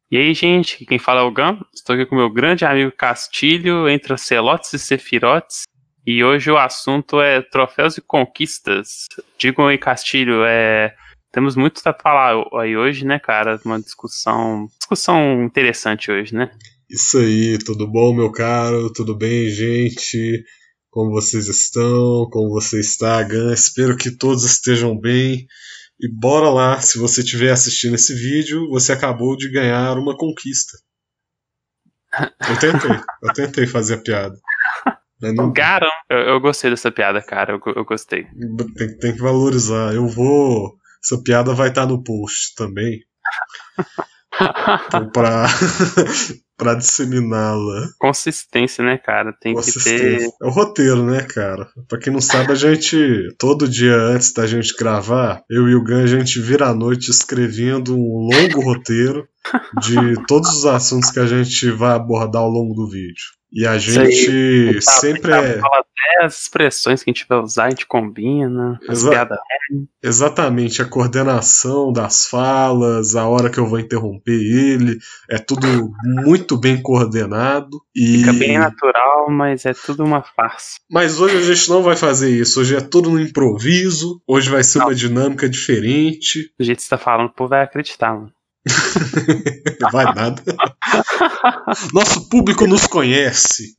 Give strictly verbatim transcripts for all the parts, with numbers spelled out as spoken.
E aí, gente, quem fala é o Gam. Estou aqui com meu grande amigo Castilho, entre Celotes e Sefirotes. E hoje o assunto é troféus e conquistas. Digam aí, Castilho, é... temos muito para falar aí hoje, né, cara? Uma discussão, discussão interessante hoje, né? Isso aí, tudo bom, meu caro? Tudo bem, gente? Como vocês estão? Como você está, Gam? Espero que todos estejam bem. E bora lá, se você estiver assistindo esse vídeo, você acabou de ganhar uma conquista. Eu tentei, eu tentei fazer a piada. Não... Cara, eu, eu gostei dessa piada, cara, eu, eu gostei. Tem, tem que valorizar. Eu vou... Essa piada vai estar no post também. Então, pra... pra disseminá-la. Consistência, né, cara? Tem que ter... É o roteiro, né, cara? Pra quem não sabe, a gente, todo dia antes da gente gravar, eu e o Gan, a gente vira à noite escrevendo um longo roteiro de todos os assuntos que a gente vai abordar ao longo do vídeo. E a gente aí, sempre tá, é... Fala até as expressões que a gente vai usar, a gente combina, as Exa... piadas. Exatamente, a coordenação das falas, a hora que eu vou interromper ele, é tudo muito bem coordenado. E... Fica bem natural, mas é tudo uma farsa. Mas hoje a gente não vai fazer isso, hoje é tudo no improviso, hoje vai ser não. uma dinâmica diferente. Do jeito que você tá falando, o povo vai acreditar, mano. Vai nada. Nosso público nos conhece.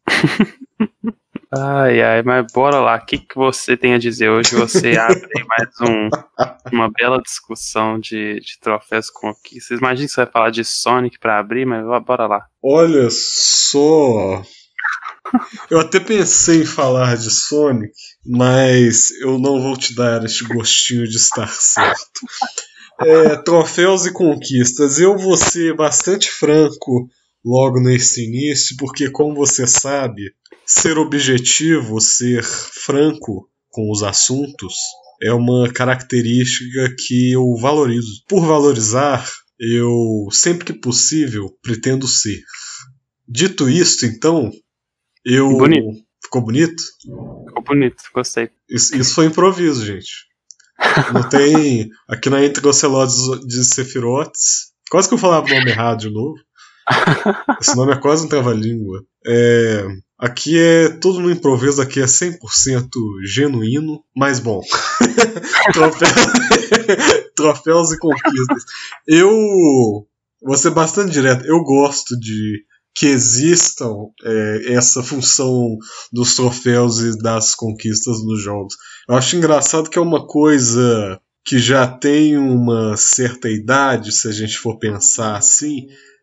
Ai, ai, mas bora lá. O que, que você tem a dizer hoje? Você abre mais um, uma bela discussão de, de troféus com aqui. Vocês imaginam que você vai falar de Sonic pra abrir, mas bora lá. Olha só. Eu até pensei em falar de Sonic, mas eu não vou te dar este gostinho de estar certo. É, troféus e conquistas. Eu vou ser bastante franco logo nesse início, porque, como você sabe, ser objetivo, ser franco com os assuntos é uma característica que eu valorizo. Por valorizar, eu, sempre que possível, pretendo ser. Dito isto, então, eu... Bonito. Ficou bonito? Ficou bonito, gostei. Isso, isso foi improviso, gente. Não tem... Aqui na Entre Ocelotes de Sefirotes... Quase que eu falava o nome errado de novo. Esse nome é quase um trava-língua. É... Aqui é tudo no improviso, aqui é cem por cento genuíno, mas bom. Troféus... Troféus e conquistas. Eu vou ser bastante direto. Eu gosto de que existam é, essa função dos troféus e das conquistas nos jogos. Eu acho engraçado que é uma coisa que já tem uma certa idade, se a gente for pensar assim,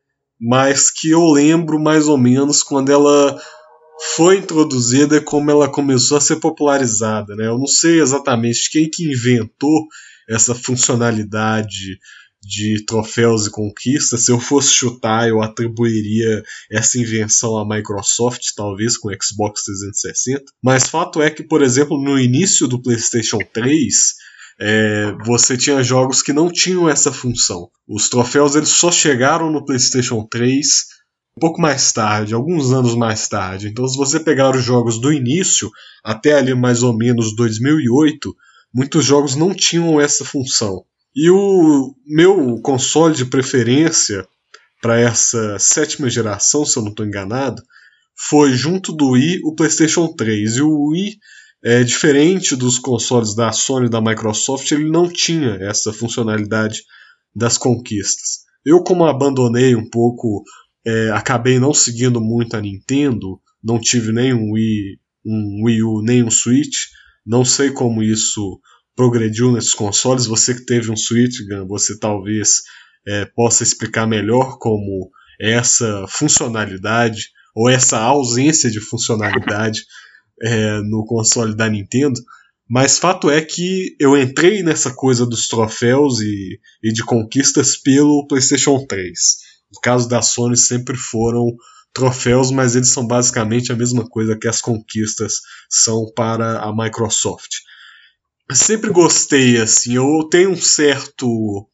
mas que eu lembro mais ou menos quando ela foi introduzida e como ela começou a ser popularizada, né? Eu não sei exatamente quem que inventou essa funcionalidade de troféus e conquistas. Se eu fosse chutar, eu atribuiria essa invenção à Microsoft, talvez com o Xbox trezentos e sessenta. Mas fato é que, por exemplo, no início do PlayStation três, é, você tinha jogos que não tinham essa função. Os troféus eles só chegaram no PlayStation três um pouco mais tarde, alguns anos mais tarde. Então, se você pegar os jogos do início, até ali mais ou menos dois mil e oito, muitos jogos não tinham essa função. E o meu console de preferência para essa sétima geração, se eu não estou enganado, foi junto do Wii o PlayStation três. E o Wii, é, diferente dos consoles da Sony e da Microsoft, ele não tinha essa funcionalidade das conquistas. Eu, como abandonei um pouco, é, acabei não seguindo muito a Nintendo, não tive nem um Wii, um Wii U, nem um Switch, não sei como isso progrediu nesses consoles. Você que teve um Switch, você talvez é, possa explicar melhor como essa funcionalidade ou essa ausência de funcionalidade é, no console da Nintendo. Mas fato é que eu entrei nessa coisa dos troféus e, e de conquistas pelo PlayStation três. No caso da Sony sempre foram troféus, mas eles são basicamente a mesma coisa que as conquistas são para a Microsoft. Sempre gostei, assim, eu tenho um certo,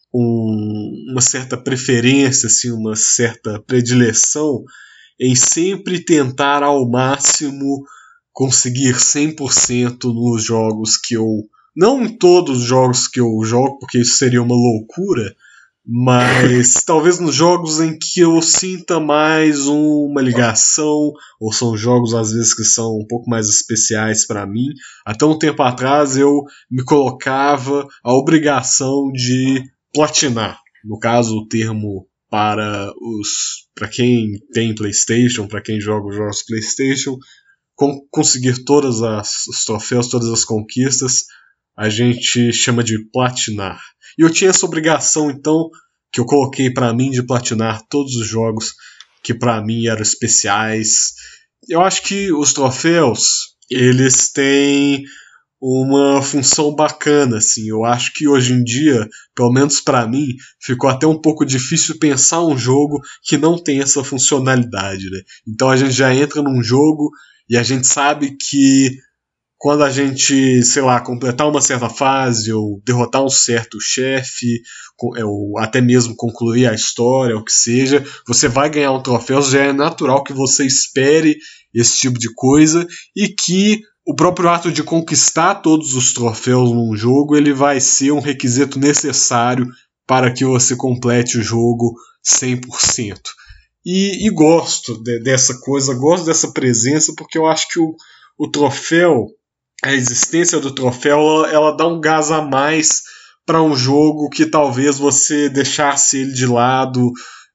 um, uma certa preferência, assim, uma certa predileção em sempre tentar ao máximo conseguir cem por cento nos jogos que eu... Não em todos os jogos que eu jogo, porque isso seria uma loucura, Mas talvez nos jogos em que eu sinta mais uma ligação, ou são jogos às vezes que são um pouco mais especiais para mim. Até um tempo atrás eu me colocava a obrigação de platinar. No caso, o termo para os para quem tem PlayStation, para quem joga os jogos PlayStation, com, conseguir todos os troféus, todas as conquistas, a gente chama de platinar. E eu tinha essa obrigação, então, que eu coloquei para mim de platinar todos os jogos que para mim eram especiais. Eu acho que os troféus, eles têm uma função bacana, assim. Eu acho que hoje em dia, pelo menos para mim, ficou até um pouco difícil pensar um jogo que não tem essa funcionalidade, né? Então a gente já entra num jogo e a gente sabe que quando a gente, sei lá, completar uma certa fase ou derrotar um certo chefe, ou até mesmo concluir a história, o que seja, você vai ganhar um troféu. Já é natural que você espere esse tipo de coisa e que o próprio ato de conquistar todos os troféus num jogo, ele vai ser um requisito necessário para que você complete o jogo cem por cento. E, e gosto de, dessa coisa, gosto dessa presença, porque eu acho que o, o troféu, a existência do troféu, ela, ela dá um gás a mais para um jogo que talvez você deixasse ele de lado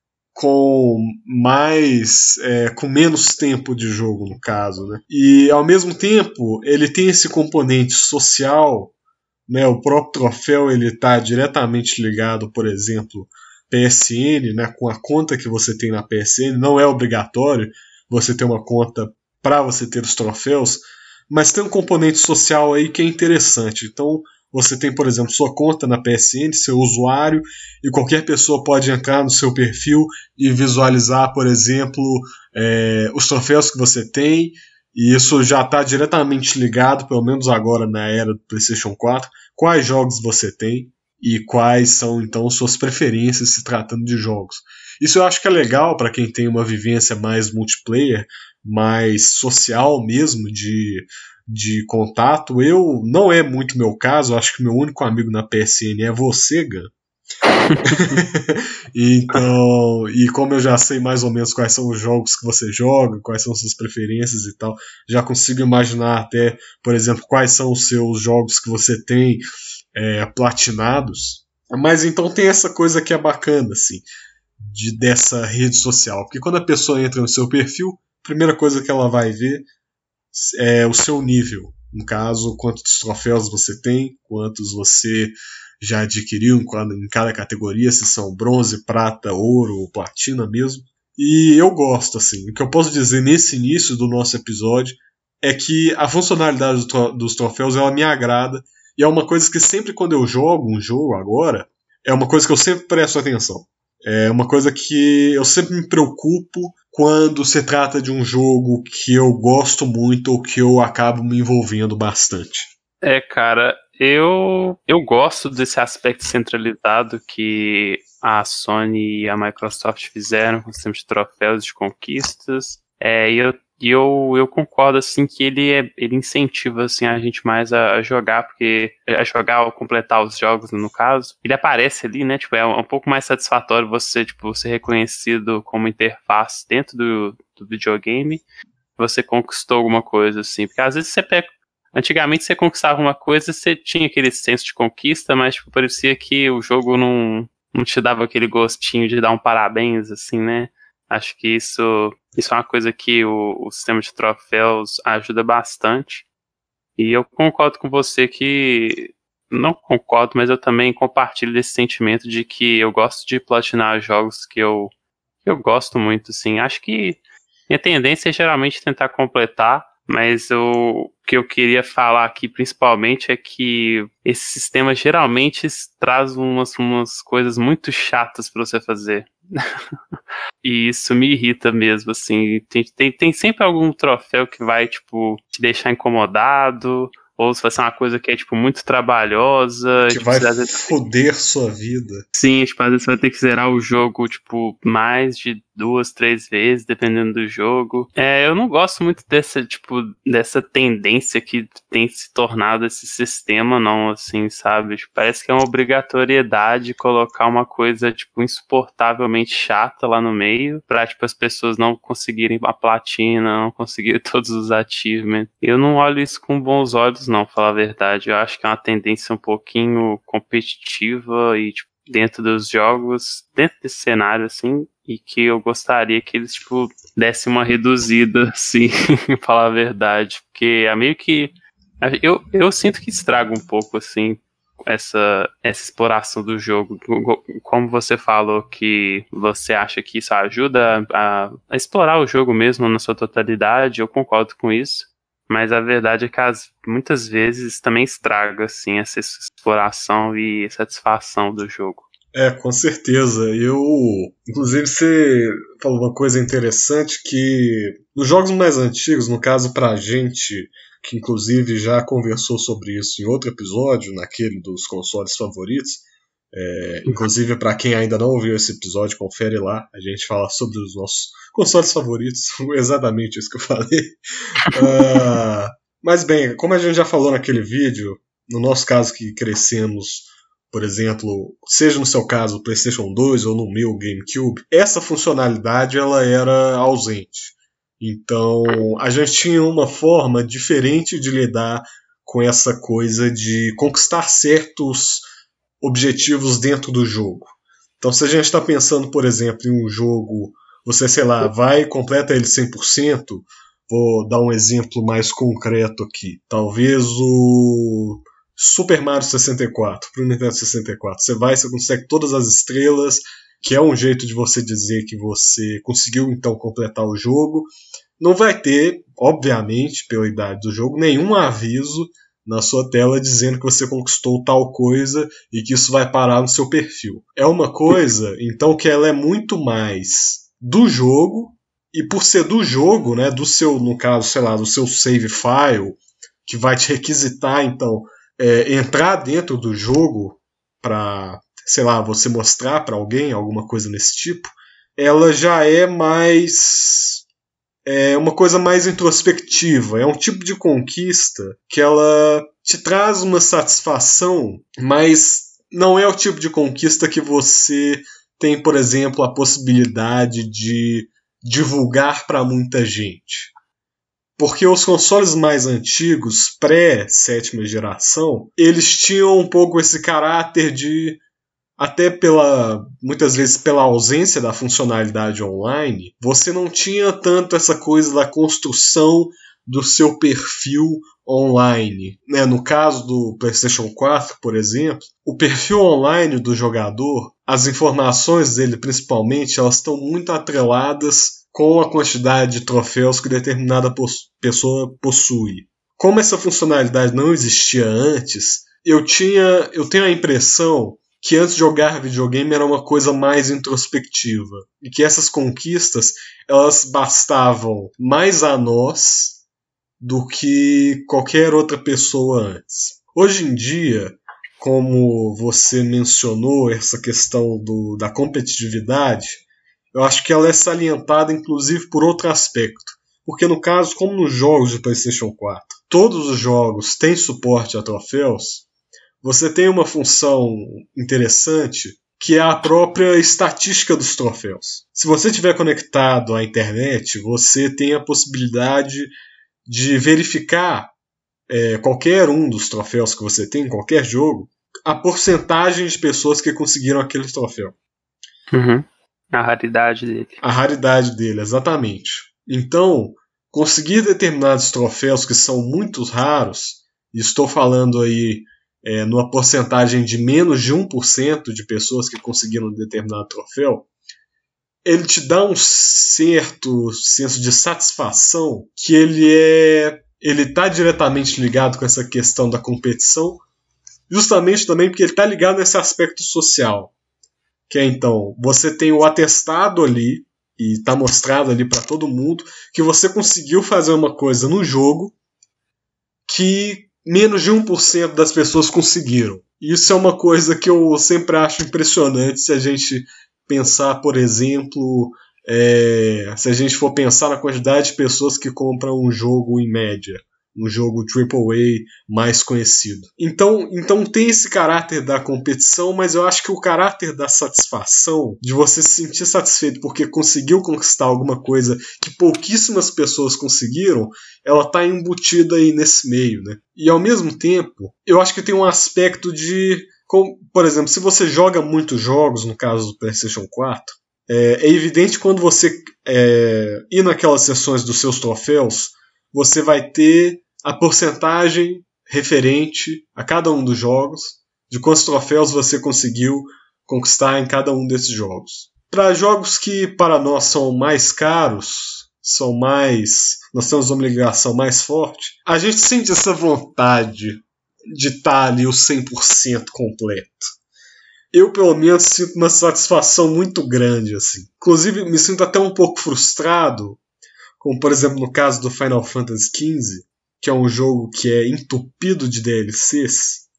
com mais é, com menos tempo de jogo, no caso, né? E ao mesmo tempo ele tem esse componente social, né? O próprio troféu ele está diretamente ligado, por exemplo, P S N, né? Com a conta que você tem na P S N. Não é obrigatório você ter uma conta para você ter os troféus, mas tem um componente social aí que é interessante. Então você tem, por exemplo, sua conta na P S N, seu usuário, e qualquer pessoa pode entrar no seu perfil e visualizar, por exemplo, é, os troféus que você tem, e isso já está diretamente ligado, pelo menos agora na era do PlayStation quatro, quais jogos você tem e quais são, então, suas preferências se tratando de jogos. Isso eu acho que é legal para quem tem uma vivência mais multiplayer, mais social mesmo, de... de contato. Eu, não é muito meu caso, acho que meu único amigo na P S N é você, Gan. Então, e como eu já sei mais ou menos quais são os jogos que você joga, quais são suas preferências e tal, já consigo imaginar até, por exemplo, quais são os seus jogos que você tem é, platinados. Mas então tem essa coisa que é bacana, assim, de, dessa rede social, porque quando a pessoa entra no seu perfil, a primeira coisa que ela vai ver é o seu nível, no caso, quantos troféus você tem, quantos você já adquiriu em cada categoria, se são bronze, prata, ouro ou platina mesmo. E eu gosto, assim, o que eu posso dizer nesse início do nosso episódio é que a funcionalidade dos troféus ela me agrada, e é uma coisa que sempre quando eu jogo um jogo agora, é uma coisa que eu sempre presto atenção. É uma coisa que eu sempre me preocupo quando se trata de um jogo que eu gosto muito ou que eu acabo me envolvendo bastante. É, cara, eu, eu gosto desse aspecto centralizado que a Sony e a Microsoft fizeram com o sistema de troféus de conquistas. É, e eu, eu, eu concordo, assim, que ele, é, ele incentiva, assim, a gente mais a, a jogar, porque a jogar ou completar os jogos, no caso, ele aparece ali, né, tipo, é um, um pouco mais satisfatório você, tipo, ser reconhecido como interface dentro do, do videogame, você conquistou alguma coisa, assim, porque às vezes você pega, antigamente você conquistava uma coisa, você tinha aquele senso de conquista, mas, tipo, parecia que o jogo não, não te dava aquele gostinho de dar um parabéns, assim, né. Acho que isso, isso é uma coisa que o, o sistema de troféus ajuda bastante. E eu concordo com você que... Não concordo, mas eu também compartilho desse sentimento de que eu gosto de platinar jogos que eu, que eu gosto muito, assim. Acho que minha tendência é geralmente tentar completar, mas o que eu queria falar aqui principalmente é que esse sistema geralmente traz umas, umas coisas muito chatas para você fazer. E isso me irrita mesmo, assim. Tem, tem, tem sempre algum troféu que vai, tipo, te deixar incomodado, ou se vai ser uma coisa que é, tipo, muito trabalhosa. Que tipo, vai vezes, foder sua vida. Sim, tipo, às vezes você vai ter que zerar o jogo, tipo, mais de duas, três vezes, dependendo do jogo. É, eu não gosto muito dessa, tipo, dessa tendência que tem se tornado esse sistema, não, assim, sabe? Tipo, parece que é uma obrigatoriedade colocar uma coisa, tipo, insuportavelmente chata lá no meio, pra, tipo, as pessoas não conseguirem a platina, não conseguirem todos os achievements. Eu não olho isso com bons olhos, não, pra falar a verdade. Eu acho que é uma tendência um pouquinho competitiva e, tipo, dentro dos jogos, dentro desse cenário, assim, e que eu gostaria que eles, tipo, dessem uma reduzida, assim, pra falar a verdade, porque é meio que, eu, eu sinto que estraga um pouco, assim, essa, essa exploração do jogo. Como você falou que você acha que isso ajuda a, a explorar o jogo mesmo na sua totalidade, eu concordo com isso. Mas a verdade é que as, muitas vezes também estraga, assim, essa exploração e satisfação do jogo. É, com certeza. Eu, inclusive, você falou uma coisa interessante que nos jogos mais antigos, no caso pra gente, que inclusive já conversou sobre isso em outro episódio, naquele dos consoles favoritos, é, inclusive para quem ainda não ouviu esse episódio, confere lá, a gente fala sobre os nossos consoles favoritos, exatamente isso que eu falei. uh, mas bem, como a gente já falou naquele vídeo, no nosso caso que crescemos, por exemplo, seja no seu caso o PlayStation dois ou no meu GameCube, essa funcionalidade ela era ausente. Então a gente tinha uma forma diferente de lidar com essa coisa de conquistar certos objetivos dentro do jogo. Então se a gente está pensando, por exemplo, em um jogo, você, sei lá, vai e completa ele cem por cento, vou dar um exemplo mais concreto aqui. Talvez o Super Mario sessenta e quatro, pro Nintendo sessenta e quatro. Você vai, você consegue todas as estrelas, que é um jeito de você dizer que você conseguiu então completar o jogo. Não vai ter, obviamente, pela idade do jogo, nenhum aviso na sua tela dizendo que você conquistou tal coisa e que isso vai parar no seu perfil. É uma coisa, então, que ela é muito mais do jogo, e por ser do jogo, né, do seu, no caso, sei lá, do seu save file, que vai te requisitar, então, é, entrar dentro do jogo para, sei lá, você mostrar para alguém alguma coisa nesse tipo, ela já é mais é uma coisa mais introspectiva, é um tipo de conquista que ela te traz uma satisfação, mas não é o tipo de conquista que você tem, por exemplo, a possibilidade de divulgar para muita gente. Porque os consoles mais antigos, pré-sétima geração, eles tinham um pouco esse caráter de, até pela, muitas vezes pela ausência da funcionalidade online, você não tinha tanto essa coisa da construção do seu perfil online. Né? No caso do PlayStation quatro, por exemplo, o perfil online do jogador, as informações dele principalmente, elas estão muito atreladas com a quantidade de troféus que determinada pessoa possui. Como essa funcionalidade não existia antes, eu, tinha, eu tenho a impressão que antes de jogar videogame era uma coisa mais introspectiva. E que essas conquistas, elas bastavam mais a nós do que qualquer outra pessoa antes. Hoje em dia, como você mencionou, essa questão do, da competitividade, eu acho que ela é salientada inclusive por outro aspecto. Porque no caso, como nos jogos de PlayStation quatro, todos os jogos têm suporte a troféus, você tem uma função interessante que é a própria estatística dos troféus. Se você estiver conectado à internet, você tem a possibilidade de verificar é, qualquer um dos troféus que você tem em qualquer jogo, a porcentagem de pessoas que conseguiram aquele troféu. Uhum. A raridade dele. A raridade dele, exatamente. Então, conseguir determinados troféus que são muito raros, e estou falando aí É, numa porcentagem de menos de um por cento de pessoas que conseguiram um determinado troféu, ele te dá um certo senso de satisfação que ele é ele está diretamente ligado com essa questão da competição, justamente também porque ele está ligado nesse aspecto social, que é então, você tem o atestado ali, e está mostrado ali para todo mundo, que você conseguiu fazer uma coisa no jogo que menos de um por cento das pessoas conseguiram. Isso é uma coisa que eu sempre acho impressionante se a gente pensar, por exemplo, é, se a gente for pensar na quantidade de pessoas que compram um jogo em média, um jogo triplo A mais conhecido. Então, então tem esse caráter da competição, mas eu acho que o caráter da satisfação, de você se sentir satisfeito porque conseguiu conquistar alguma coisa que pouquíssimas pessoas conseguiram, ela está embutida aí nesse meio, né? E ao mesmo tempo, eu acho que tem um aspecto de... Como, por exemplo, se você joga muitos jogos, no caso do PlayStation quatro, é, é evidente quando você é, ir naquelas sessões dos seus troféus, você vai ter a porcentagem referente a cada um dos jogos, de quantos troféus você conseguiu conquistar em cada um desses jogos. Para jogos que para nós são mais caros, são mais, nós temos uma ligação mais forte, a gente sente essa vontade de estar ali o cem por cento completo. Eu, pelo menos, sinto uma satisfação muito grande, assim. Inclusive, me sinto até um pouco frustrado, como, por exemplo, no caso do Final Fantasy quinze, que é um jogo que é entupido de D L Cs,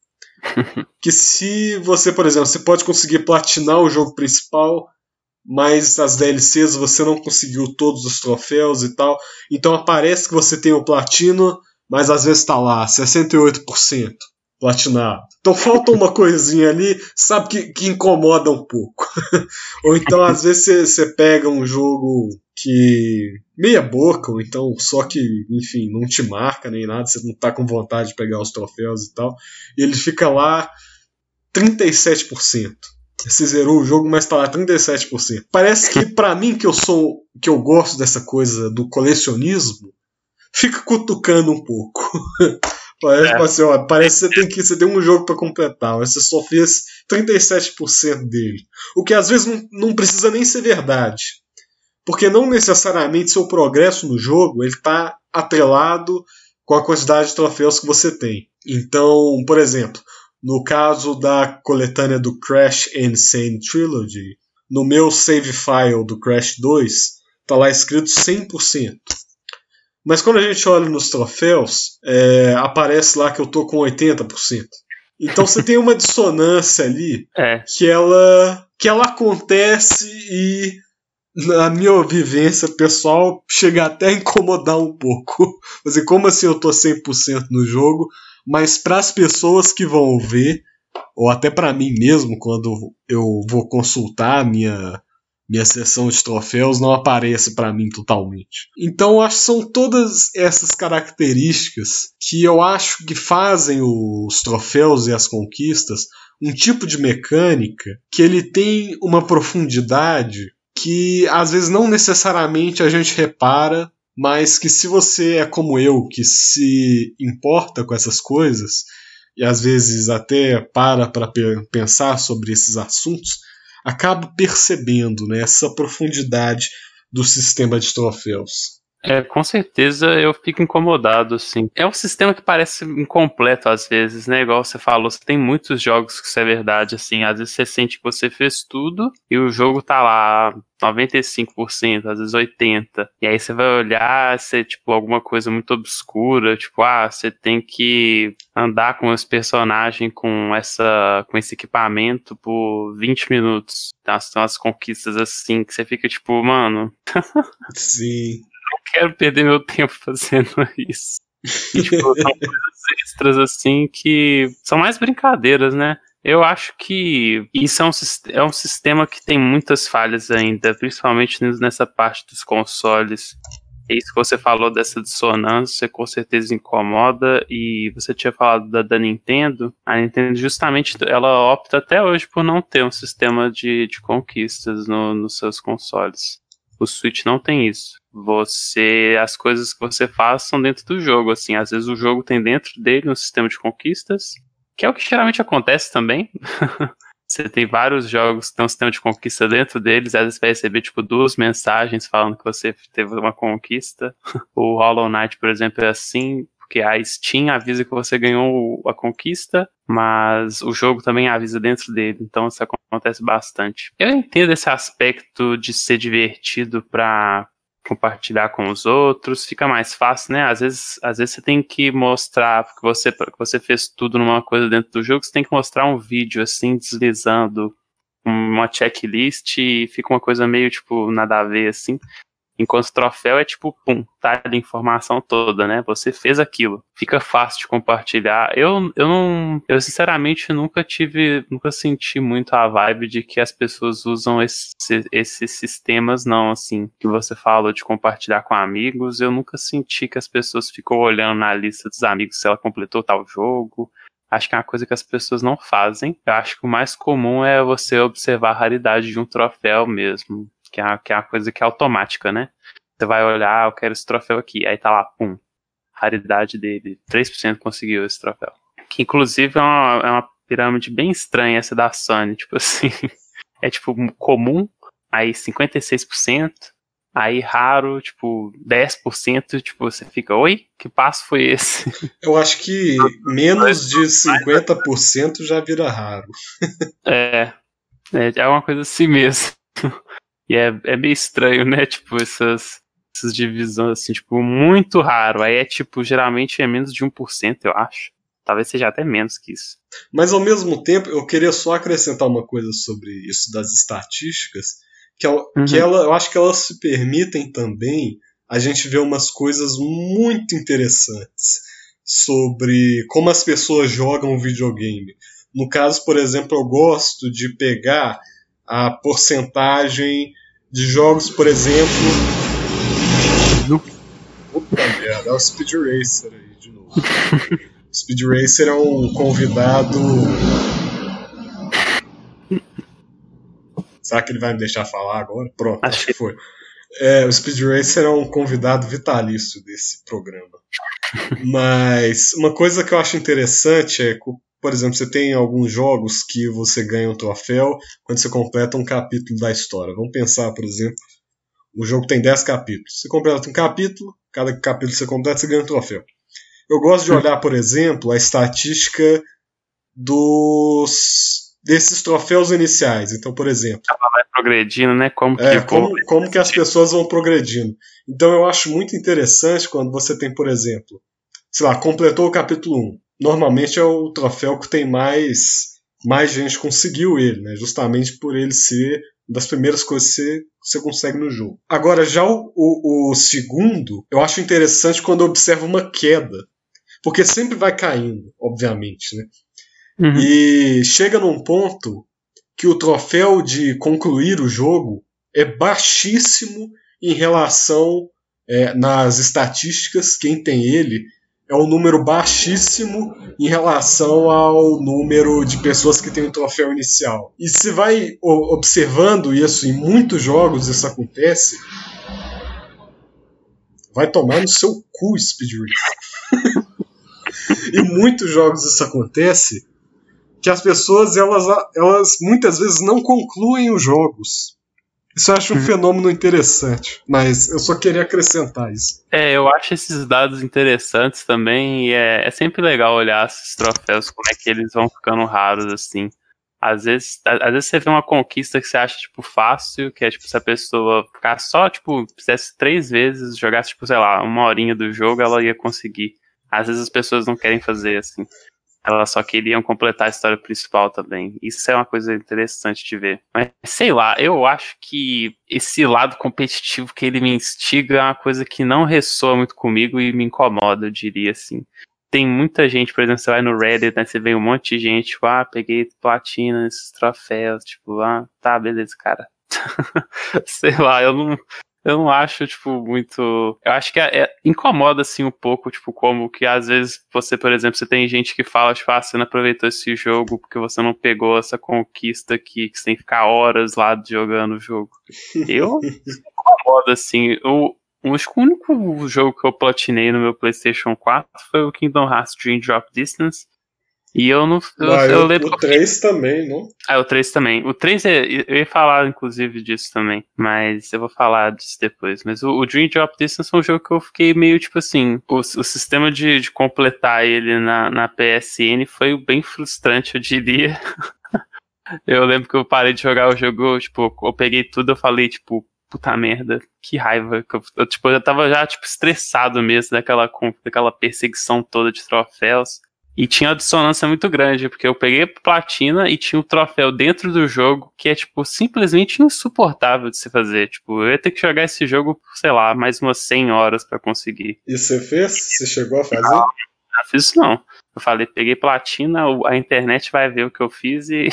que se você, por exemplo, você pode conseguir platinar o jogo principal, mas as D L Cs você não conseguiu todos os troféus e tal, então aparece que você tem o platino, mas às vezes está lá, sessenta e oito por cento platinado. Então falta uma coisinha ali, sabe, que, que incomoda um pouco. Ou então às vezes você pega um jogo que meia boca, ou então só que, enfim, não te marca nem nada, você não tá com vontade de pegar os troféus e tal, e ele fica lá trinta e sete por cento. Você zerou o jogo, mas tá lá trinta e sete por cento. Parece que pra mim, que eu sou, que eu gosto dessa coisa do colecionismo, fica cutucando um pouco. Parece, é. assim, ó, parece que você tem, que você tem um jogo pra completar, mas você só fez trinta e sete por cento dele. O que às vezes não, não precisa nem ser verdade. Porque não necessariamente seu progresso no jogo ele está atrelado com a quantidade de troféus que você tem. Então, por exemplo, no caso da coletânea do Crash Insane Trilogy, no meu save file do Crash dois, está lá escrito cem por cento. Mas quando a gente olha nos troféus, é, aparece lá que eu tô com oitenta por cento. Então você tem uma dissonância ali é. que, ela, que ela acontece e, na minha vivência pessoal, chega até a incomodar um pouco. Assim, como assim eu tô cem por cento no jogo, mas para as pessoas que vão ver, ou até para mim mesmo, quando eu vou consultar a minha... minha seção de troféus não aparece para mim totalmente. Então acho que são todas essas características que eu acho que fazem os troféus e as conquistas um tipo de mecânica que ele tem uma profundidade que às vezes não necessariamente a gente repara, mas que se você é como eu, que se importa com essas coisas e às vezes até para para pensar sobre esses assuntos, acabo percebendo, né, essa profundidade do sistema de troféus. É, com certeza eu fico incomodado, assim. É um sistema que parece incompleto às vezes, né? Igual você falou, você tem muitos jogos que isso é verdade, assim. Às vezes você sente que você fez tudo e o jogo tá lá noventa e cinco por cento, às vezes oitenta por cento. E aí você vai olhar, você, tipo, alguma coisa muito obscura, tipo, ah, você tem que andar com os personagens com, essa, com esse equipamento por vinte minutos. Então, são as conquistas assim, que você fica tipo, mano... Sim. Não quero perder meu tempo fazendo isso. E, tipo, são coisas extras assim que são mais brincadeiras, né? Eu acho que isso é um, é um sistema que tem muitas falhas ainda, principalmente nessa parte dos consoles. É isso que você falou dessa dissonância, com certeza incomoda. E você tinha falado da, da Nintendo. A Nintendo justamente ela opta até hoje por não ter um sistema de, de conquistas no, nos seus consoles. O Switch não tem isso. Você, as coisas que você faz são dentro do jogo, assim. Às vezes o jogo tem dentro dele um sistema de conquistas, que é o que geralmente acontece também. Você tem vários jogos que tem um sistema de conquista dentro deles, às vezes você vai receber, tipo, duas mensagens falando que você teve uma conquista. O Hollow Knight, por exemplo, é assim, porque a Steam avisa que você ganhou a conquista, mas o jogo também avisa dentro dele, então isso acontece bastante. Eu entendo esse aspecto de ser divertido pra compartilhar com os outros, fica mais fácil, né? Às vezes, às vezes você tem que mostrar, porque você, que você fez tudo numa coisa dentro do jogo, você tem que mostrar um vídeo assim, deslizando uma checklist e fica uma coisa meio, tipo, nada a ver, assim. Enquanto o troféu é tipo, pum, tá ali a informação toda, né? Você fez aquilo. Fica fácil de compartilhar. Eu, eu não. Eu sinceramente nunca tive. Nunca senti muito a vibe de que as pessoas usam esse, esses sistemas, não, assim, que você falou de compartilhar com amigos. Eu nunca senti que as pessoas ficam olhando na lista dos amigos se ela completou tal jogo. Acho que é uma coisa que as pessoas não fazem. Eu acho que o mais comum é você observar a raridade de um troféu mesmo. Que é, que é uma coisa que é automática, né? Você vai olhar, ah, eu quero esse troféu aqui. Aí tá lá, pum, raridade dele. três por cento conseguiu esse troféu. Que inclusive é uma, é uma pirâmide bem estranha essa da Sony. Tipo assim, é tipo comum, aí cinquenta e seis por cento. Aí raro, tipo, dez por cento. Tipo, você fica, oi? Que passo foi esse? Eu acho que menos de cinquenta por cento já vira raro. É, é, é uma coisa assim mesmo. E é, é meio estranho, né? Tipo, essas, essas divisões, assim, tipo, muito raro. Aí é, tipo, geralmente é menos de um por cento, eu acho. Talvez seja até menos que isso. Mas, ao mesmo tempo, eu queria só acrescentar uma coisa sobre isso das estatísticas, que, ela, uhum. que ela, eu acho que elas se permitem também a gente ver umas coisas muito interessantes sobre como as pessoas jogam videogame. No caso, por exemplo, eu gosto de pegar a porcentagem de jogos, por exemplo... Puta merda, é o Speed Racer aí de novo. O Speed Racer é um convidado... Será que ele vai me deixar falar agora? Pronto, acho que foi. É, o Speed Racer é um convidado vitalício desse programa. Mas uma coisa que eu acho interessante é... Por exemplo, você tem alguns jogos que você ganha um troféu quando você completa um capítulo da história. Vamos pensar, por exemplo, o jogo tem dez capítulos. Você completa um capítulo, cada capítulo que você completa, você ganha um troféu. Eu gosto de olhar, por exemplo, a estatística dos desses troféus iniciais. Então, por exemplo... Ela vai progredindo, né? Como que, é, como, como que as pessoas vão progredindo. Então, eu acho muito interessante quando você tem, por exemplo, sei lá, completou o capítulo um. Normalmente é o troféu que tem mais, mais gente conseguiu ele, né? Justamente por ele ser uma das primeiras coisas que você, você consegue no jogo. Agora, já o, o, o segundo, eu acho interessante quando observa uma queda. Porque sempre vai caindo, obviamente, né? Uhum. E chega num ponto que o troféu de concluir o jogo é baixíssimo em relação, é, nas estatísticas, quem tem ele... é um número baixíssimo em relação ao número de pessoas que tem o troféu inicial. E se vai observando isso em muitos jogos, isso acontece, vai tomar no seu cu, Speed Racer. Em muitos jogos isso acontece, que as pessoas, elas, elas muitas vezes não concluem os jogos. Isso eu acho um fenômeno interessante, mas eu só queria acrescentar isso. É, eu acho esses dados interessantes também, e é, é sempre legal olhar esses troféus, como é que eles vão ficando raros, assim. Às vezes, às vezes você vê uma conquista que você acha, tipo, fácil, que é, tipo, se a pessoa ficar só, tipo, fizesse três vezes, jogasse, tipo, sei lá, uma horinha do jogo, ela ia conseguir. Às vezes as pessoas não querem fazer, assim. Elas só queriam completar a história principal também. Isso é uma coisa interessante de ver. Mas, sei lá, eu acho que esse lado competitivo que ele me instiga é uma coisa que não ressoa muito comigo e me incomoda, eu diria assim. Tem muita gente, por exemplo, você vai no Reddit, né, você vê um monte de gente, tipo, ah, peguei platina nesses troféus, tipo, ah, tá, beleza, cara. Sei lá, eu não... Eu não acho, tipo, muito... Eu acho que é, é, incomoda, assim, um pouco, tipo, como que às vezes você, por exemplo, você tem gente que fala, tipo, ah, você não aproveitou esse jogo porque você não pegou essa conquista aqui, que você tem que ficar horas lá jogando o jogo. Eu, incomoda, assim. Eu, acho que o único jogo que eu platinei no meu PlayStation quatro foi o Kingdom Hearts Dream Drop Distance. E eu não... Eu, ah, eu eu, lembro o três também, não? Ah, o três também. O três, é, eu ia falar, inclusive, disso também. Mas eu vou falar disso depois. Mas o, o Dream Drop Distance foi um jogo que eu fiquei meio, tipo assim... O, o sistema de, de completar ele na, na P S N foi bem frustrante, eu diria. Eu lembro que eu parei de jogar o jogo, tipo, eu peguei tudo, eu falei, tipo... Puta merda, que raiva. Eu, eu, tipo, eu tava já, tipo, estressado mesmo daquela, daquela perseguição toda de troféus. E tinha uma dissonância muito grande, porque eu peguei platina e tinha um troféu dentro do jogo que é, tipo, simplesmente insuportável de se fazer. Tipo, eu ia ter que jogar esse jogo por, sei lá, mais umas cem horas pra conseguir. E você fez? Você chegou a fazer? Não, não fiz isso não. Eu falei, peguei platina, a internet vai ver o que eu fiz e...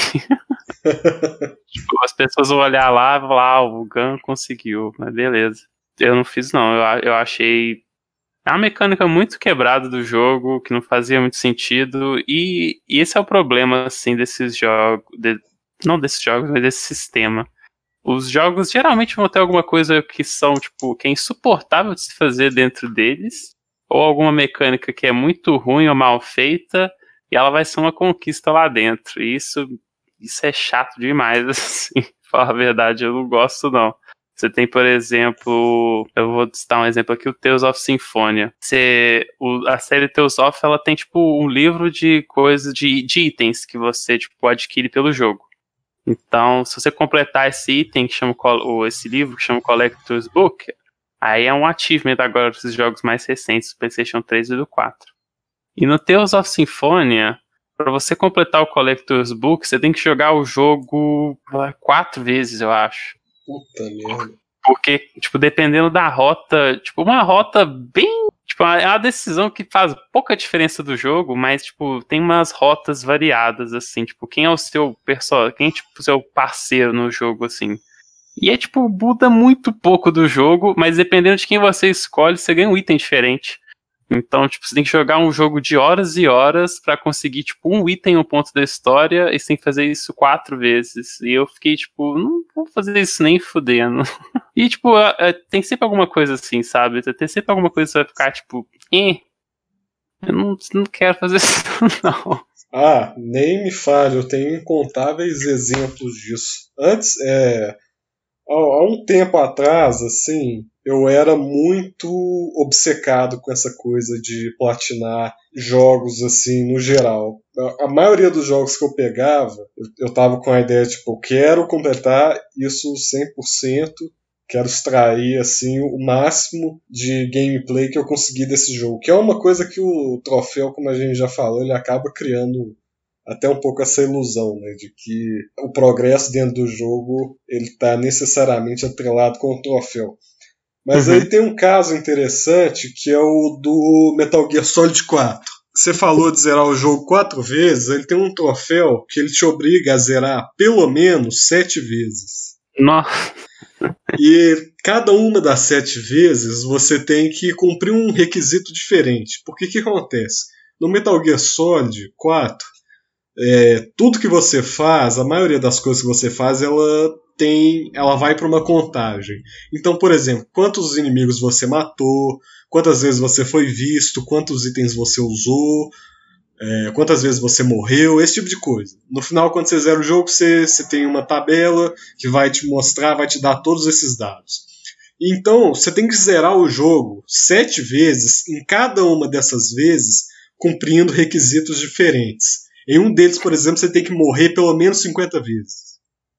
tipo, as pessoas vão olhar lá e vão lá, ah, o Gun conseguiu, mas beleza. Eu não fiz não, eu, eu achei... É uma mecânica muito quebrada do jogo, que não fazia muito sentido, e, e esse é o problema, assim, desses jogos, de, não desses jogos, mas desse sistema. Os jogos geralmente vão ter alguma coisa que são, tipo, que é insuportável de se fazer dentro deles, ou alguma mecânica que é muito ruim ou mal feita, e ela vai ser uma conquista lá dentro, e isso, isso é chato demais, assim, pra falar a verdade, eu não gosto não. Você tem, por exemplo, eu vou citar um exemplo aqui, o Tales of Symphonia. Você, o, a série Tales of, ela tem, tipo, um livro de coisas, de, de itens que você, tipo, adquire pelo jogo. Então, se você completar esse item, que chama, ou esse livro, que chama Collector's Book, aí é um achievement agora desses jogos mais recentes, do PlayStation três e do quatro. E no Tales of Symphonia, para você completar o Collector's Book, você tem que jogar o jogo quatro vezes, eu acho. Puta merda. Porque, tipo, dependendo da rota, tipo, uma rota bem... Tipo, é uma decisão que faz pouca diferença do jogo, mas, tipo, tem umas rotas variadas, assim, tipo, quem é o seu pessoal, quem é, tipo, o seu parceiro no jogo, assim. E é, tipo, muda muito pouco do jogo, mas dependendo de quem você escolhe, você ganha um item diferente. Então, tipo, você tem que jogar um jogo de horas e horas pra conseguir, tipo, um item, um ponto da história, e você tem que fazer isso quatro vezes. E eu fiquei, tipo, não vou fazer isso nem fudendo. E, tipo, tem sempre alguma coisa assim, sabe? Tem sempre alguma coisa que você vai ficar, tipo, eh, eu não, não quero fazer isso, não. Ah, nem me fale, eu tenho incontáveis exemplos disso. Antes, é... Há, há um tempo atrás, assim, eu era muito obcecado com essa coisa de platinar jogos, assim, no geral. A, a maioria dos jogos que eu pegava, eu, eu tava com a ideia, tipo, eu quero completar isso cem por cento, quero extrair, assim, o máximo de gameplay que eu conseguir desse jogo. Que é uma coisa que o troféu, como a gente já falou, ele acaba criando até um pouco essa ilusão, né, de que o progresso dentro do jogo ele está necessariamente atrelado com o troféu. Mas uhum. Aí tem um caso interessante que é o do Metal Gear Solid quatro. Você falou de zerar o jogo quatro vezes, ele tem um troféu que ele te obriga a zerar pelo menos sete vezes. Nossa. E cada uma das sete vezes você tem que cumprir um requisito diferente. Porque o que acontece? No Metal Gear Solid quatro, É, tudo que você faz, a maioria das coisas que você faz, ela tem, ela vai para uma contagem. Então, por exemplo, quantos inimigos você matou, quantas vezes você foi visto, quantos itens você usou, é, quantas vezes você morreu, esse tipo de coisa. No final, quando você zera o jogo, você, você tem uma tabela que vai te mostrar, vai te dar todos esses dados. Então, você tem que zerar o jogo sete vezes, em cada uma dessas vezes, cumprindo requisitos diferentes. Em um deles, por exemplo, você tem que morrer pelo menos cinquenta vezes.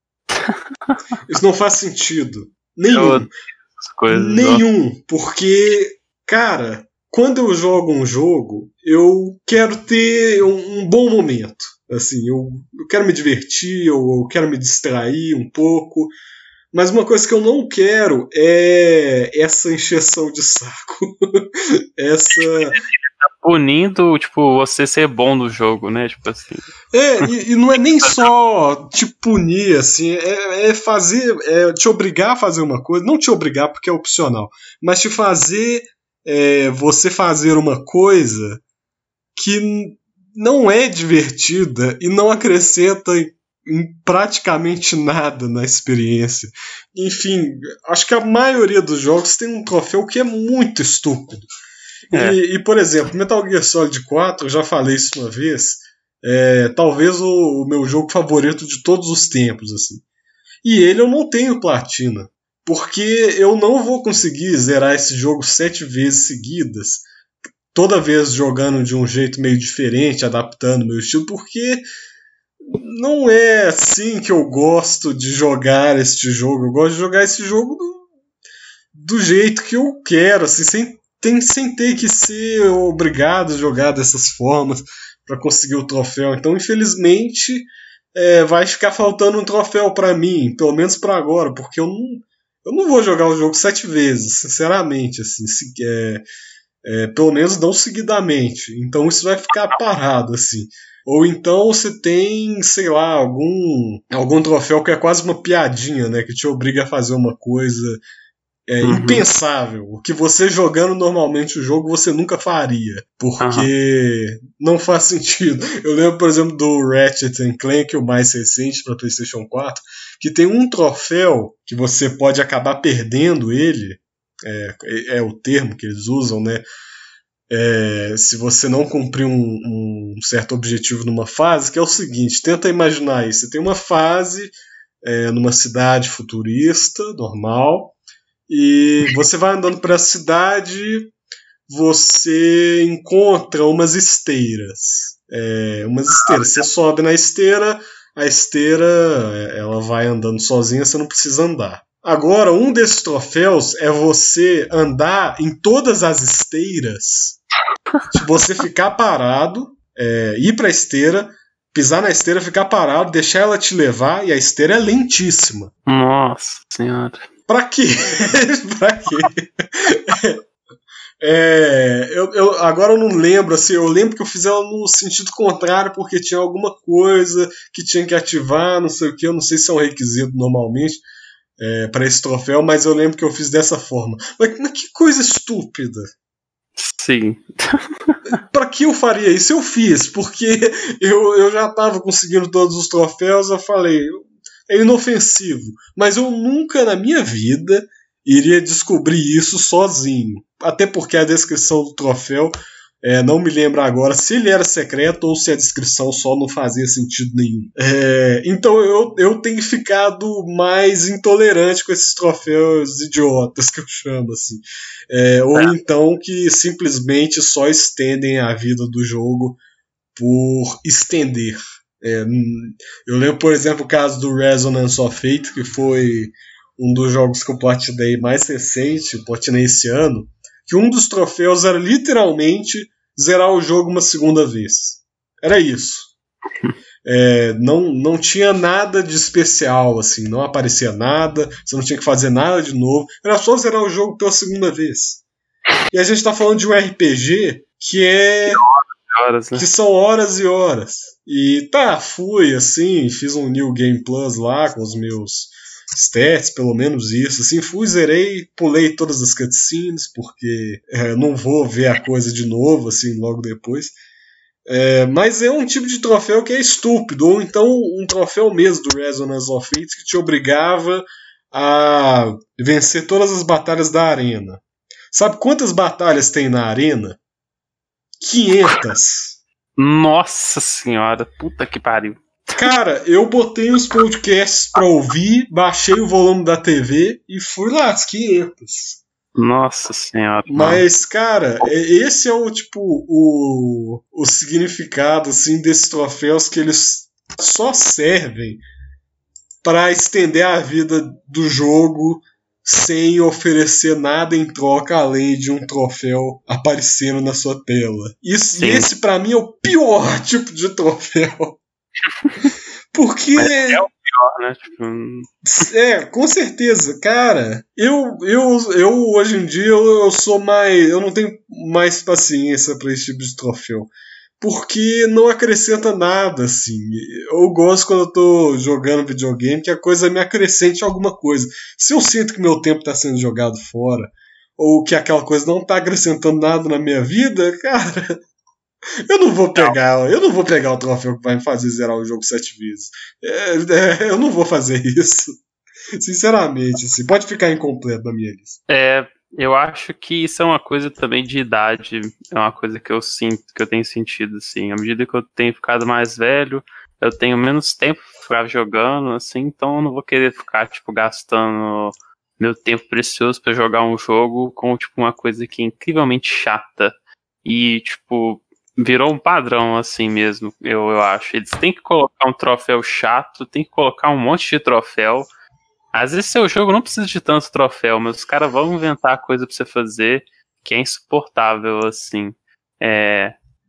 Isso não faz sentido. Nenhum. Coisas, Nenhum. Porque, cara, quando eu jogo um jogo, eu quero ter um, um bom momento. Assim, eu, eu quero me divertir, eu, eu quero me distrair um pouco. Mas uma coisa que eu não quero é essa encheção de saco. Essa... punindo, tipo, você ser bom no jogo, né? Tipo assim. É, e, e não é nem só te punir, assim, é, é fazer, é te obrigar a fazer uma coisa, não te obrigar porque é opcional, mas te fazer é, você fazer uma coisa que não é divertida e não acrescenta em, em praticamente nada na experiência. Enfim, acho que a maioria dos jogos tem um troféu que é muito estúpido. É. E, e, por exemplo, Metal Gear Solid quatro, eu já falei isso uma vez, é talvez o, o meu jogo favorito de todos os tempos, assim. E ele eu não tenho platina, porque eu não vou conseguir zerar esse jogo sete vezes seguidas, toda vez jogando de um jeito meio diferente, adaptando o meu estilo, porque não é assim que eu gosto de jogar este jogo. Eu gosto de jogar esse jogo do, do jeito que eu quero, assim, sem Tem, sem ter que ser obrigado a jogar dessas formas. para conseguir o troféu. Então, infelizmente, é, vai ficar faltando um troféu para mim, pelo menos para agora, porque eu não, eu não vou jogar o jogo sete vezes, sinceramente, assim, se, é, é, pelo menos não seguidamente. Então, isso vai ficar parado, assim. Ou então você tem, sei lá, algum, algum troféu que é quase uma piadinha, né? Que te obriga a fazer uma coisa é, uhum. impensável. O que você jogando normalmente o jogo você nunca faria. Porque uhum. não faz sentido. Eu lembro, por exemplo, do Ratchet and Clank, o mais recente para PlayStation quatro, que tem um troféu que você pode acabar perdendo ele. É, é o termo que eles usam, né? É, se você não cumprir um, um certo objetivo numa fase, que é o seguinte, tenta imaginar isso, você tem uma fase é, numa cidade futurista, normal, e você vai andando para a cidade, você encontra umas esteiras, é, umas esteiras, você sobe na esteira, a esteira ela vai andando sozinha, você não precisa andar. Agora, um desses troféus é você andar em todas as esteiras. Se você ficar parado, é, ir pra esteira, pisar na esteira, ficar parado, deixar ela te levar, e a esteira é lentíssima. Nossa senhora. Pra quê? pra quê? É, eu, eu, agora eu não lembro, assim, eu lembro que eu fiz ela no sentido contrário, porque tinha alguma coisa que tinha que ativar, não sei o que, eu não sei se é um requisito normalmente. É, para esse troféu, mas eu lembro que eu fiz dessa forma. Mas, mas que coisa estúpida. Sim. Para que eu faria isso? Eu fiz, porque eu, eu já estava conseguindo todos os troféus, eu falei, é inofensivo. Mas eu nunca na minha vida iria descobrir isso sozinho. Até porque a descrição do troféu, é, não me lembro agora se ele era secreto ou se a descrição só não fazia sentido nenhum. É, então eu, eu tenho ficado mais intolerante com esses troféus idiotas que eu chamo, assim. É, ou é. então que simplesmente só estendem a vida do jogo por estender. É, eu lembro, por exemplo, o caso do Resonance of Fate, que foi um dos jogos que eu platinei mais recente, eu platinei esse ano, que um dos troféus era literalmente zerar o jogo uma segunda vez. Era isso. É, não, não tinha nada de especial, assim, não aparecia nada, você não tinha que fazer nada de novo, era só zerar o jogo pela segunda vez. E a gente tá falando de um R P G que é... Horas, né? Que são horas e horas. E tá, fui, assim, fiz um New Game Plus lá com os meus stats, pelo menos isso, assim, fui, zerei, pulei todas as cutscenes, porque é, não vou ver a coisa de novo, assim, logo depois. É, mas é um tipo de troféu que é estúpido, ou então um troféu mesmo do Resonance of Fate que te obrigava a vencer todas as batalhas da arena. Sabe quantas batalhas tem na arena? quinhentas. Nossa senhora, puta que pariu. Cara, eu botei os podcasts pra ouvir, baixei o volume da T V e fui lá, as quinhentas. Nossa senhora. Mas, cara, esse é o tipo o, o significado assim desses troféus, que eles só servem para estender a vida do jogo sem oferecer nada em troca além de um troféu aparecendo na sua tela. Isso, e esse pra mim é o pior tipo de troféu. Porque é o pior, né? Tipo... É, com certeza, cara. Eu, eu, eu hoje em dia eu, eu sou mais. Eu não tenho mais paciência pra esse tipo de troféu. Porque não acrescenta nada, assim. Eu gosto quando eu tô jogando videogame que a coisa me acrescente alguma coisa. Se eu sinto que meu tempo tá sendo jogado fora, ou que aquela coisa não tá acrescentando nada na minha vida, cara, eu não vou pegar, eu não vou pegar o troféu que vai me fazer zerar o jogo sete vezes. É, é, eu não vou fazer isso. Sinceramente, assim, pode ficar incompleto na minha lista. É, eu acho que isso é uma coisa também de idade, é uma coisa que eu sinto, que eu tenho sentido, assim, à medida que eu tenho ficado mais velho, eu tenho menos tempo pra ficar jogando, assim, então eu não vou querer ficar, tipo, gastando meu tempo precioso pra jogar um jogo com, tipo, uma coisa que é incrivelmente chata e, tipo, virou um padrão, assim mesmo, eu, eu acho. Eles têm que colocar um troféu chato, tem que colocar um monte de troféu. Às vezes seu jogo não precisa de tanto troféu, mas os caras vão inventar coisa pra você fazer que é insuportável, assim. É...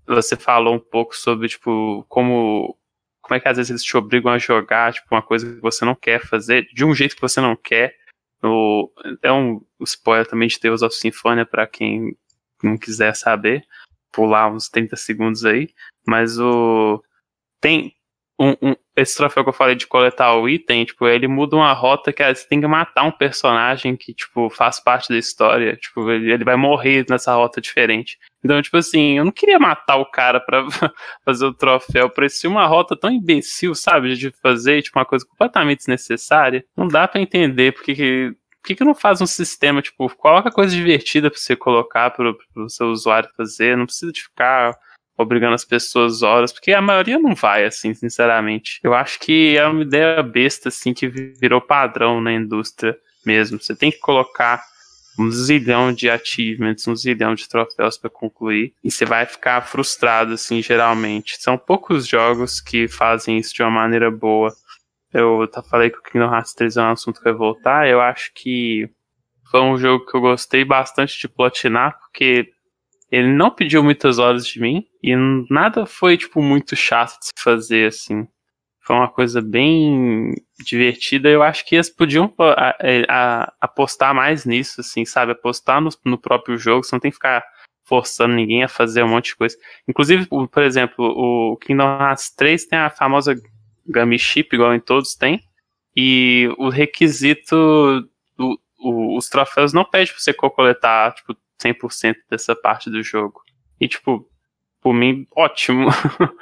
você falou um pouco sobre, tipo, como, como é que às vezes eles te obrigam a jogar, tipo, uma coisa que você não quer fazer, de um jeito que você não quer. No, é um spoiler também de Tales of Symphonia pra quem não quiser saber, pular uns trinta segundos aí, mas o tem um, um, esse troféu que eu falei de coletar o item, tipo, ele muda uma rota que você tem que matar um personagem que, tipo, faz parte da história, tipo, ele, ele vai morrer nessa rota diferente. Então, tipo assim, eu não queria matar o cara pra fazer o troféu, parecia uma rota tão imbecil, sabe, de fazer, tipo, uma coisa completamente desnecessária. Não dá pra entender porque que Por que, que não faz um sistema, tipo, coloca coisa divertida pra você colocar pro, pro seu usuário fazer, não precisa de ficar obrigando as pessoas horas, porque a maioria não vai, assim, sinceramente. Eu acho que é uma ideia besta, assim, que virou padrão na indústria mesmo. Você tem que colocar um zilhão de achievements, um zilhão de troféus pra concluir, e você vai ficar frustrado, assim, geralmente. São poucos jogos que fazem isso de uma maneira boa. Eu tá, falei que o Kingdom Hearts três é um assunto que vai voltar. Eu acho que foi um jogo que eu gostei bastante de platinar, porque ele não pediu muitas horas de mim e nada foi, tipo, muito chato de se fazer, assim. Foi uma coisa bem divertida. Eu acho que eles podiam a, a, apostar mais nisso, assim, sabe? Apostar no, no próprio jogo. Você não tem que ficar forçando ninguém a fazer um monte de coisa. Inclusive, por exemplo, o Kingdom Hearts três tem a famosa Gummy Ship, igual em todos tem. E o requisito... Do, o, os troféus não pedem pra você coletar, tipo, cem por cento dessa parte do jogo. E, tipo, por mim, ótimo.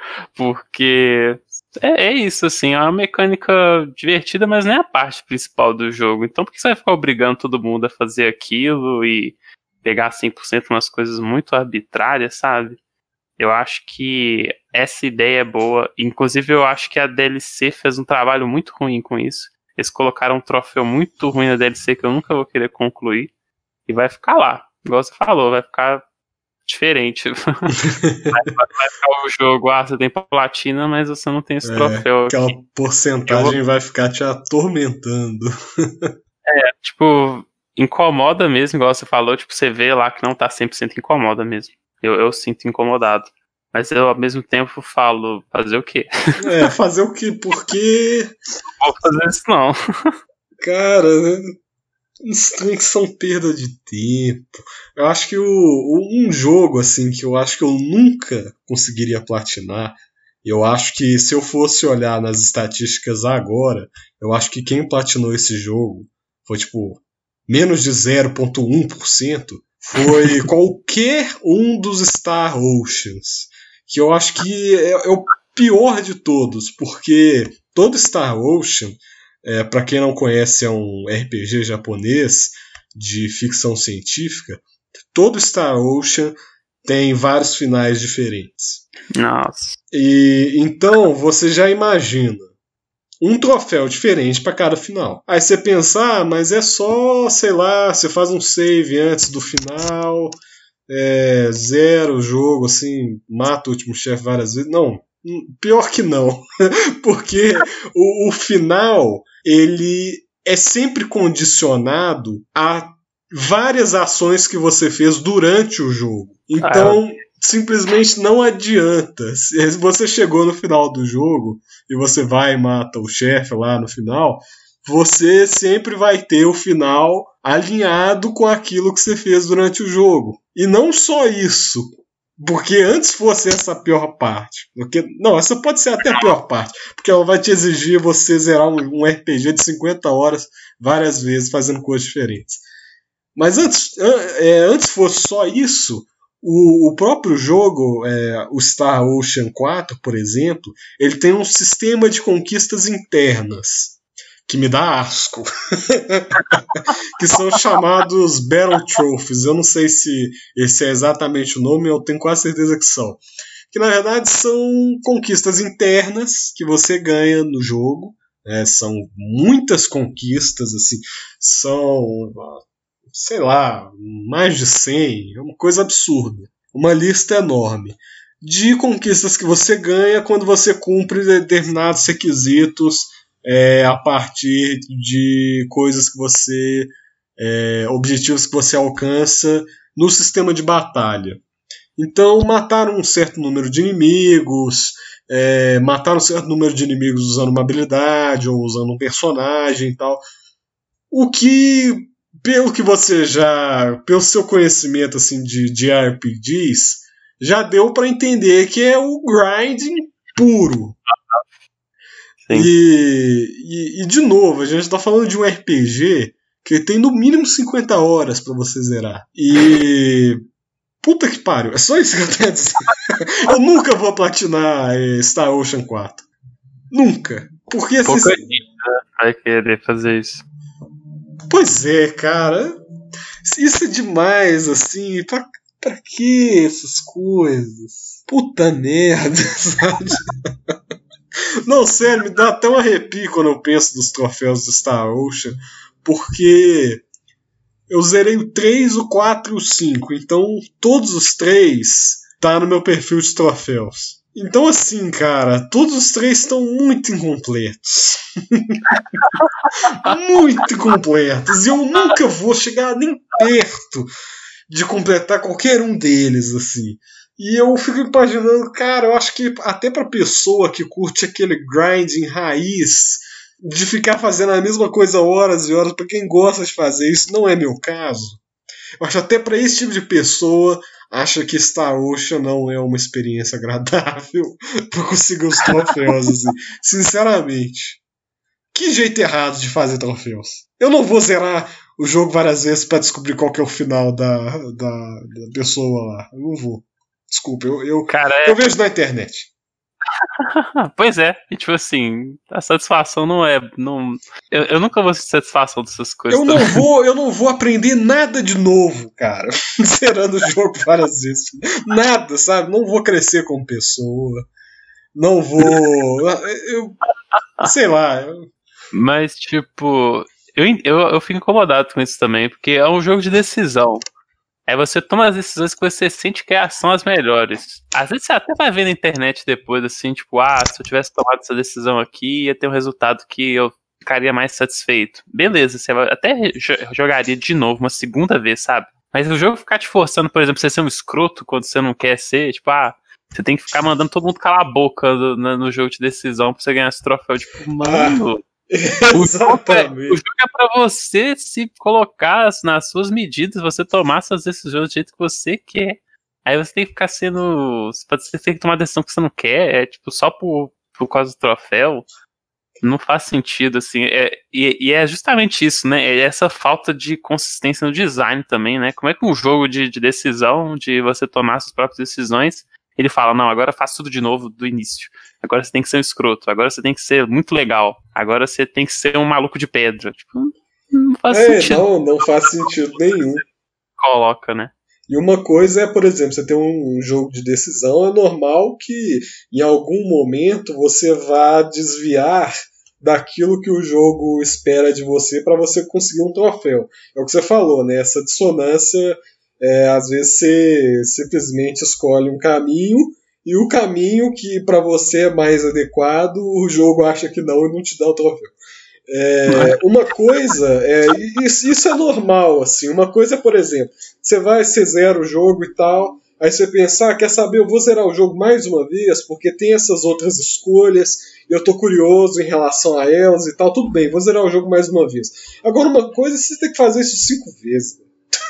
Porque é, é isso, assim, é uma mecânica divertida, mas não é a parte principal do jogo. Então por que você vai ficar obrigando todo mundo a fazer aquilo e pegar cem por cento umas coisas muito arbitrárias, sabe? Eu acho que essa ideia é boa. Inclusive, eu acho que a D L C fez um trabalho muito ruim com isso. Eles colocaram um troféu muito ruim na D L C que eu nunca vou querer concluir. E vai ficar lá. Igual você falou, vai ficar diferente. vai, vai ficar o jogo, ah, você tem platina, mas você não tem esse é, troféu aquela aqui. porcentagem vou... vai ficar te atormentando. É, tipo, incomoda mesmo, igual você falou, tipo, você vê lá que não tá cem por cento incomoda mesmo. Eu, eu sinto incomodado. Mas eu, ao mesmo tempo, falo, fazer o quê? É, fazer o quê? Porque... Não vou fazer isso, não. Cara, uns trem que são perda de tempo. Eu acho que o, o, um jogo, assim, que eu acho que eu nunca conseguiria platinar, eu acho que se eu fosse olhar nas estatísticas agora, eu acho que quem platinou esse jogo foi, tipo, menos de zero vírgula um por cento, foi qualquer um dos Star Oceans. Que eu acho que é, é o pior de todos, porque todo Star Ocean, é, para quem não conhece, é um R P G japonês de ficção científica. Todo Star Ocean tem vários finais diferentes. Nossa. E então você já imagina um troféu diferente para cada final. Aí você pensa, ah, mas é só, sei lá, você faz um save antes do final, é, zero o jogo, assim, mata o último chefe várias vezes. Não, pior que não. Porque o, o final, ele é sempre condicionado a várias ações que você fez durante o jogo. Então, simplesmente não adianta. Se você chegou no final do jogo e você vai e mata o chefe lá no final, você sempre vai ter o final alinhado com aquilo que você fez durante o jogo. E não só isso, porque antes fosse essa a pior parte. Porque, não, essa pode ser até a pior parte, porque ela vai te exigir você zerar um, um R P G de cinquenta horas várias vezes, fazendo coisas diferentes. Mas antes, é, antes fosse só isso, o, o próprio jogo, é, o Star Ocean quatro, por exemplo, ele tem um sistema de conquistas internas que me dá asco. Que são chamados Battle Trophies. Eu não sei se esse é exatamente o nome, eu tenho quase certeza que são. Que na verdade são conquistas internas que você ganha no jogo. É, são muitas conquistas, assim, são, sei lá, mais de cem, é uma coisa absurda. Uma lista enorme de conquistas que você ganha quando você cumpre determinados requisitos, é, a partir de coisas que você... É, objetivos que você alcança no sistema de batalha. Então mataram um certo número de inimigos, é, mataram um certo número de inimigos usando uma habilidade ou usando um personagem e tal. O que, pelo que você já, pelo seu conhecimento assim de, de R P Gs, já deu para entender que é o grinding puro. E, e, e de novo, a gente está falando de um R P G que tem no mínimo cinquenta horas para você zerar. E puta que pariu, é só isso que eu tenho a dizer. Eu nunca vou platinar é, Star Ocean quatro. Nunca. Porque assim. Pouca gente vai querer fazer isso. Pois é, cara. Isso é demais, assim. Pra, pra que essas coisas? Puta merda, sabe? Não, sério, me dá até um arrepio quando eu penso dos troféus do Star Ocean. Porque eu zerei o três, o quatro e o cinco. Então, todos os três tá no meu perfil de troféus. Então, assim, cara, todos os três estão muito incompletos. Muito incompletos. E eu nunca vou chegar nem perto de completar qualquer um deles, assim. E eu fico imaginando, cara, eu acho que até pra pessoa que curte aquele grinding raiz, de ficar fazendo a mesma coisa horas e horas, pra quem gosta de fazer isso, não é meu caso. Eu acho até pra esse tipo de pessoa, acha que Star Ocean não é uma experiência agradável pra conseguir os troféus, assim. Sinceramente. Que jeito errado de fazer troféus. Eu não vou zerar o jogo várias vezes pra descobrir qual que é o final da, da, da pessoa lá. Eu não vou. Desculpa, eu, eu, Cara, eu vejo na internet. Pois é, e tipo assim, a satisfação não é. Não, eu, eu nunca vou ter satisfação dessas coisas. Eu não, vou, eu não vou aprender nada de novo, cara, zerando o jogo várias vezes. Nada, sabe? Não vou crescer como pessoa. Não vou. Eu, sei lá. Eu... Mas, tipo, eu, eu, eu fico incomodado com isso também, porque é um jogo de decisão. Aí você toma as decisões que você sente que são as melhores. Às vezes você até vai ver na internet depois, assim, tipo, ah, se eu tivesse tomado essa decisão aqui, ia ter um resultado que eu ficaria mais satisfeito. Beleza, você até jogaria de novo uma segunda vez, sabe? Mas o jogo ficar te forçando, por exemplo, você ser um escroto quando você não quer ser, tipo, ah, você tem que ficar mandando todo mundo calar a boca no, no jogo de decisão pra você ganhar esse troféu. Tipo, mano... Ah. Exatamente. O jogo é pra você se colocar nas suas medidas, você tomar suas decisões do jeito que você quer. Aí você tem que ficar sendo. Você tem que tomar a decisão que você não quer, é tipo só por, por causa do troféu. Não faz sentido, assim. É, e, e é justamente isso, né? É essa falta de consistência no design também, né? Como é que um jogo de, de decisão, de você tomar suas próprias decisões, ele fala, não, agora faz tudo de novo do início. Agora você tem que ser um escroto. Agora você tem que ser muito legal. Agora você tem que ser um maluco de pedra. Tipo, não faz é, sentido. Não, não faz sentido nenhum. Coloca, né? E uma coisa é, por exemplo, você tem um jogo de decisão, é normal que em algum momento você vá desviar daquilo que o jogo espera de você para você conseguir um troféu. É o que você falou, né? Essa dissonância, é, às vezes você simplesmente escolhe um caminho e o caminho que para você é mais adequado, o jogo acha que não e não te dá o troféu. É, uma coisa, é, isso, isso é normal, assim. Uma coisa é, por exemplo, você vai, você zera o jogo e tal, aí você pensa, ah, quer saber, eu vou zerar o jogo mais uma vez, porque tem essas outras escolhas, e eu tô curioso em relação a elas e tal, tudo bem, vou zerar o jogo mais uma vez. Agora, uma coisa é você ter que fazer isso cinco vezes.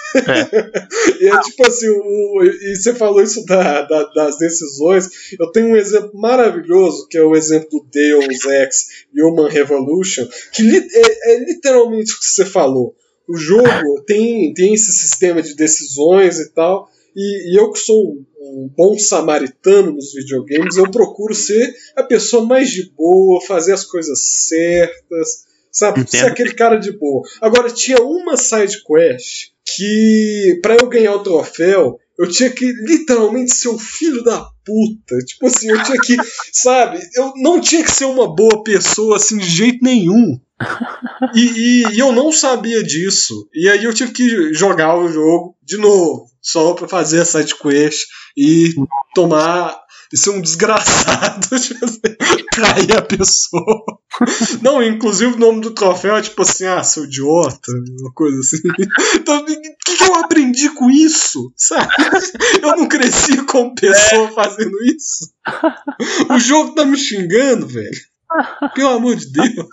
É. E é tipo assim, o, e você falou isso da, da, das decisões. Eu tenho um exemplo maravilhoso, que é o exemplo do Deus Ex Human Revolution, que li, é, é literalmente o que você falou. O jogo tem, tem esse sistema de decisões e tal, e, e eu que sou um, um bom samaritano nos videogames, eu procuro ser a pessoa mais de boa, fazer as coisas certas, sabe? Entendo. Ser aquele cara de boa. Agora, tinha uma side quest que, pra eu ganhar o troféu, eu tinha que literalmente ser um filho da puta. Tipo assim, eu tinha que, sabe? Eu não tinha que ser uma boa pessoa assim de jeito nenhum. E, e, e eu não sabia disso. E aí eu tive que jogar o jogo de novo, só pra fazer a side quest e tomar Isso é um desgraçado. Trair a pessoa. Não, inclusive o nome do troféu é tipo assim, ah, seu idiota, uma coisa assim. Então, o que, que eu aprendi com isso? Sabe? Eu não cresci como pessoa fazendo isso. O jogo tá me xingando, velho. Pelo amor de Deus.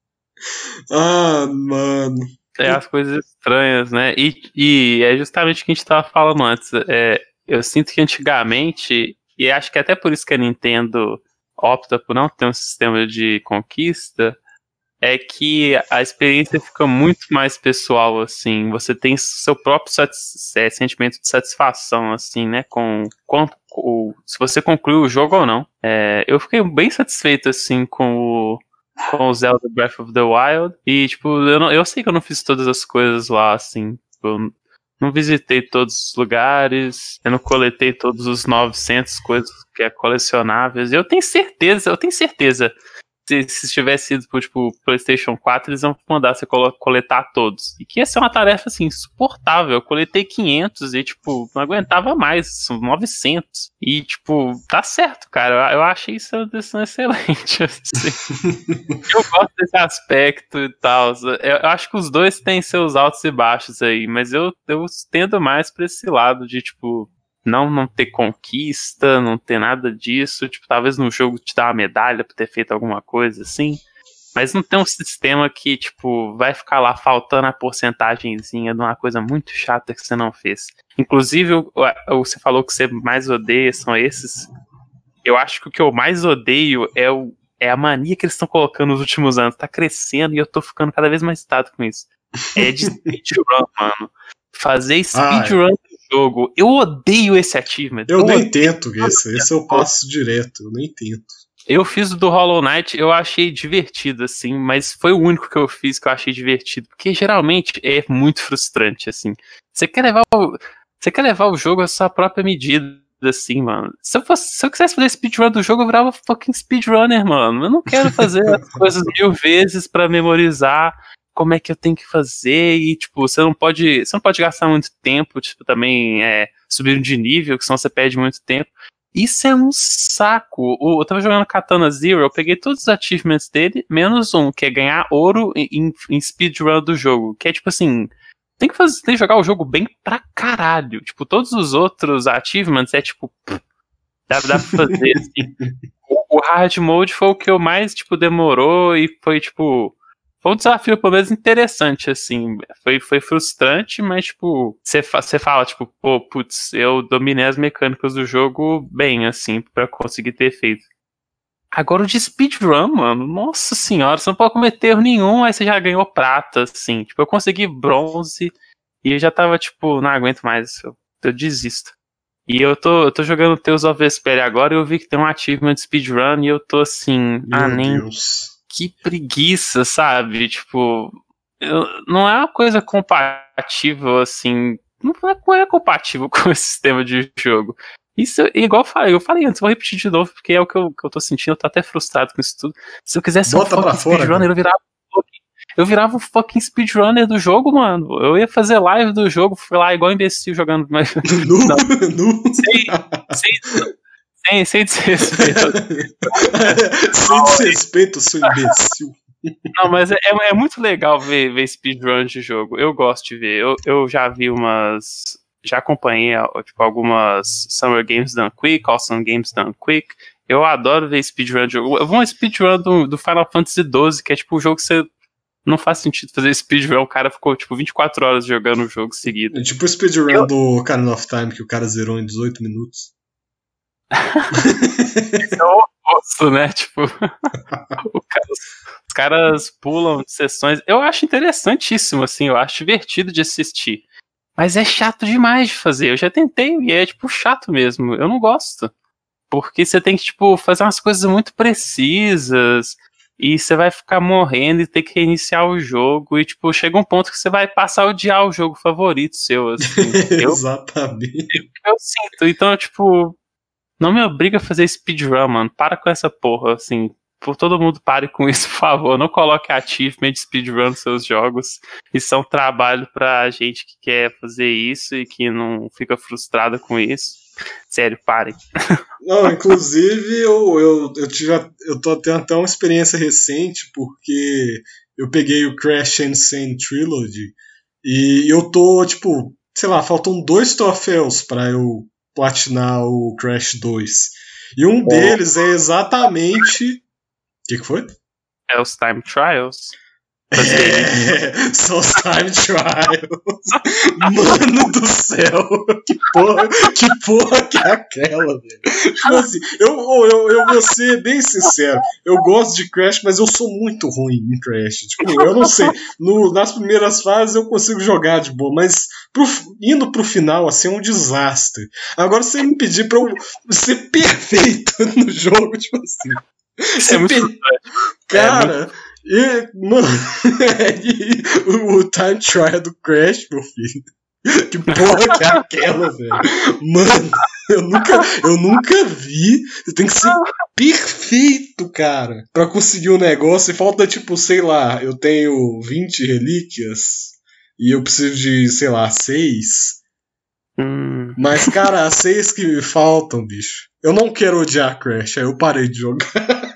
Ah, mano. É as coisas estranhas, né? E, e é justamente o que a gente tava falando antes. É, eu sinto que antigamente, e acho que até por isso que a Nintendo opta por não ter um sistema de conquista, é que a experiência fica muito mais pessoal, assim. Você tem seu próprio satis- é, sentimento de satisfação, assim, né? Com, com, com se você concluiu o jogo ou não. É, eu fiquei bem satisfeito, assim, com o, com o Zelda Breath of the Wild. E, tipo, eu, não, eu sei que eu não fiz todas as coisas lá, assim. Tipo, não visitei todos os lugares, eu não coletei todos os novecentas coisas que é colecionáveis. Eu tenho certeza, eu tenho certeza. Se, se tivesse sido por, tipo, PlayStation quatro, eles vão mandar você coletar todos. E que ia ser uma tarefa, assim, insuportável. Eu coletei quinhentos e, tipo, não aguentava mais. São novecentos. E, tipo, tá certo, cara. Eu, eu achei isso uma decisão excelente. Assim. Eu gosto desse aspecto e tal. Eu, eu acho que os dois têm seus altos e baixos aí. Mas eu, eu tendo mais pra esse lado de, tipo... Não, não ter conquista, não ter nada disso. Tipo, talvez no jogo te dar uma medalha por ter feito alguma coisa assim. Mas não tem um sistema que, tipo, vai ficar lá faltando a porcentagenzinha de uma coisa muito chata que você não fez. Inclusive, o, o, você falou que você mais odeia são esses. Eu acho que o que eu mais odeio é, o, é a mania que eles estão colocando nos últimos anos. Tá crescendo e eu tô ficando cada vez mais irritado com isso. É de speedrun, mano. Fazer speedrun do jogo. Eu odeio esse achievement. Eu, eu nem odeio. tento esse. Esse eu passo direto. Eu nem tento. Eu fiz o do Hollow Knight, eu achei divertido, assim, mas foi o único que eu fiz que eu achei divertido. Porque geralmente é muito frustrante, assim. Você quer levar o, você quer levar o jogo à sua própria medida, assim, mano. Se eu, fosse, se eu quisesse fazer speedrun do jogo, eu virava fucking speedrunner, mano. Eu não quero fazer as coisas mil vezes pra memorizar como é que eu tenho que fazer, e, tipo, você não pode, você não pode gastar muito tempo, tipo, também é, subindo de nível, que senão você perde muito tempo. Isso é um saco. Eu tava jogando Katana Zero, eu peguei todos os achievements dele, menos um, que é ganhar ouro em, em speedrun do jogo, que é, tipo assim, tem que, fazer, tem que jogar o jogo bem pra caralho. Tipo, todos os outros achievements é, tipo, pff, dá, dá pra fazer, assim. O, o hard mode foi o que eu mais, tipo, demorou e foi, tipo... Foi um desafio, pelo menos, interessante, assim. Foi, foi frustrante, mas, tipo, você fa- fala, tipo, pô, putz, eu dominei as mecânicas do jogo bem, assim, pra conseguir ter feito. Agora o de speedrun, mano, nossa senhora, você não pode cometer erro nenhum, aí você já ganhou prata, assim. Tipo, eu consegui bronze e eu já tava, tipo, não aguento mais, eu, eu desisto. E eu tô, eu tô jogando Tales of Vesperia agora e eu vi que tem um achievement de speedrun e eu tô assim, Meu ah, nem... Deus. Que preguiça, sabe? Tipo, eu, não é uma coisa compatível, assim. Não é, não é compatível com esse sistema de jogo. Isso, igual eu falei, eu falei antes, vou repetir de novo, porque é o que eu, que eu tô sentindo, eu tô até frustrado com isso tudo. Se eu quisesse Bota um pra fucking fora, speedrunner, cara. eu virava, eu virava um fucking speedrunner do jogo, mano. Eu ia fazer live do jogo, fui lá igual imbecil jogando. Mas, Nu, não, nu. sem, sem, sem, sem desrespeito. Sem desrespeito, seu imbecil. Não, mas é, é muito legal ver, ver speedrun de jogo. Eu gosto de ver. Eu, eu já vi umas. Já acompanhei tipo, algumas Summer Games Done Quick, Awesome Games Done Quick. Eu adoro ver speedrun de jogo. Eu vou um speedrun do, do Final Fantasy doze, que é tipo um jogo que você. Não faz sentido fazer speedrun. O cara ficou tipo vinte e quatro horas jogando o jogo seguido. É tipo o speedrun eu... do Ocarina of Time, que o cara zerou em dezoito minutos. Esse é o oposto, né? Tipo, o cara, os caras pulam de sessões. Eu acho interessantíssimo, assim, eu acho divertido de assistir. Mas é chato demais de fazer. Eu já tentei e é, tipo, chato mesmo. Eu não gosto. Porque você tem que, tipo, fazer umas coisas muito precisas. E você vai ficar morrendo e ter que reiniciar o jogo. E, tipo, chega um ponto que você vai passar a odiar o jogo favorito seu, assim. eu, Exatamente. Eu, eu sinto. Então, tipo, não me obriga a fazer speedrun, mano. Para com essa porra, assim. Por todo mundo pare com isso, por favor. Não coloque achievement de speedrun nos seus jogos. Isso é um trabalho pra gente que quer fazer isso e que não fica frustrada com isso. Sério, parem. Não, inclusive eu, eu, eu, tive, eu tô tendo até uma experiência recente, porque eu peguei o Crash Insane Trilogy e eu tô, tipo, sei lá, faltam dois troféus pra eu platinar o Crash dois. E um deles é exatamente... O que, que foi? É os Time Trials. É, são os Time Trials. Mano do céu, que porra, que porra que é aquela, velho? Tipo assim, eu, eu, eu vou ser bem sincero, eu gosto de Crash, mas eu sou muito ruim em Crash. Tipo, eu não sei, no, nas primeiras fases eu consigo jogar de boa, mas pro, indo pro final, assim, é um desastre. Agora você me pedir pra eu ser perfeito no jogo, tipo assim. É muito per... Cara... É muito... E, mano, e o, o time trial do Crash, meu filho. Que porra que é aquela, velho? Mano, eu nunca, eu nunca vi. Você tem que ser perfeito, cara, pra conseguir o um negócio. E falta, tipo, sei lá, eu tenho vinte relíquias e eu preciso de, sei lá, seis. Hum. Mas, cara, as seis que me faltam, bicho. Eu não quero odiar Crash, aí eu parei de jogar.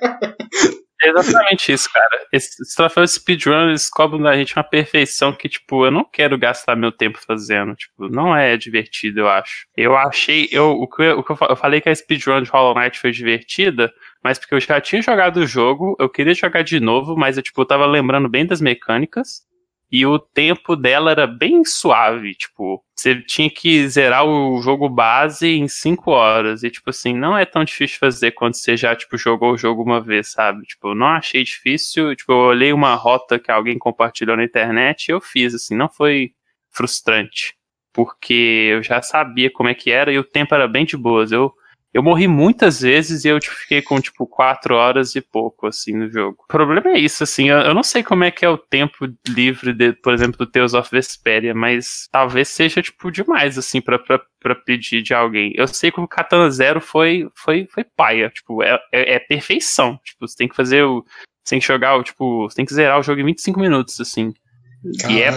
É exatamente isso, cara. Esses troféus speedrun, eles cobram da gente uma perfeição que, tipo, eu não quero gastar meu tempo fazendo. Tipo, não é divertido, eu acho. Eu achei... Eu, o que, eu, o que eu, eu falei que a speedrun de Hollow Knight foi divertida, mas porque eu já tinha jogado o jogo, eu queria jogar de novo, mas eu, tipo, eu tava lembrando bem das mecânicas. E o tempo dela era bem suave, tipo, você tinha que zerar o jogo base em cinco horas, e tipo assim, não é tão difícil de fazer quando você já, tipo, jogou o jogo uma vez, sabe? Tipo, eu não achei difícil, tipo, eu olhei uma rota que alguém compartilhou na internet e eu fiz, assim, não foi frustrante, porque eu já sabia como é que era e o tempo era bem de boas, eu... Eu morri muitas vezes e eu tipo, fiquei com, tipo, quatro horas e pouco, assim, no jogo. O problema é isso, assim, eu, eu não sei como é que é o tempo livre, de, por exemplo, do Tales of Vesperia, mas talvez seja, tipo, demais, assim, pra, pra, pra pedir de alguém. Eu sei que o Katana Zero foi, foi, foi paia, tipo, é, é, é perfeição. Tipo, você tem que fazer o... Você tem que jogar, o, tipo, você tem que zerar o jogo em vinte e cinco minutos, assim. Caralho. E é...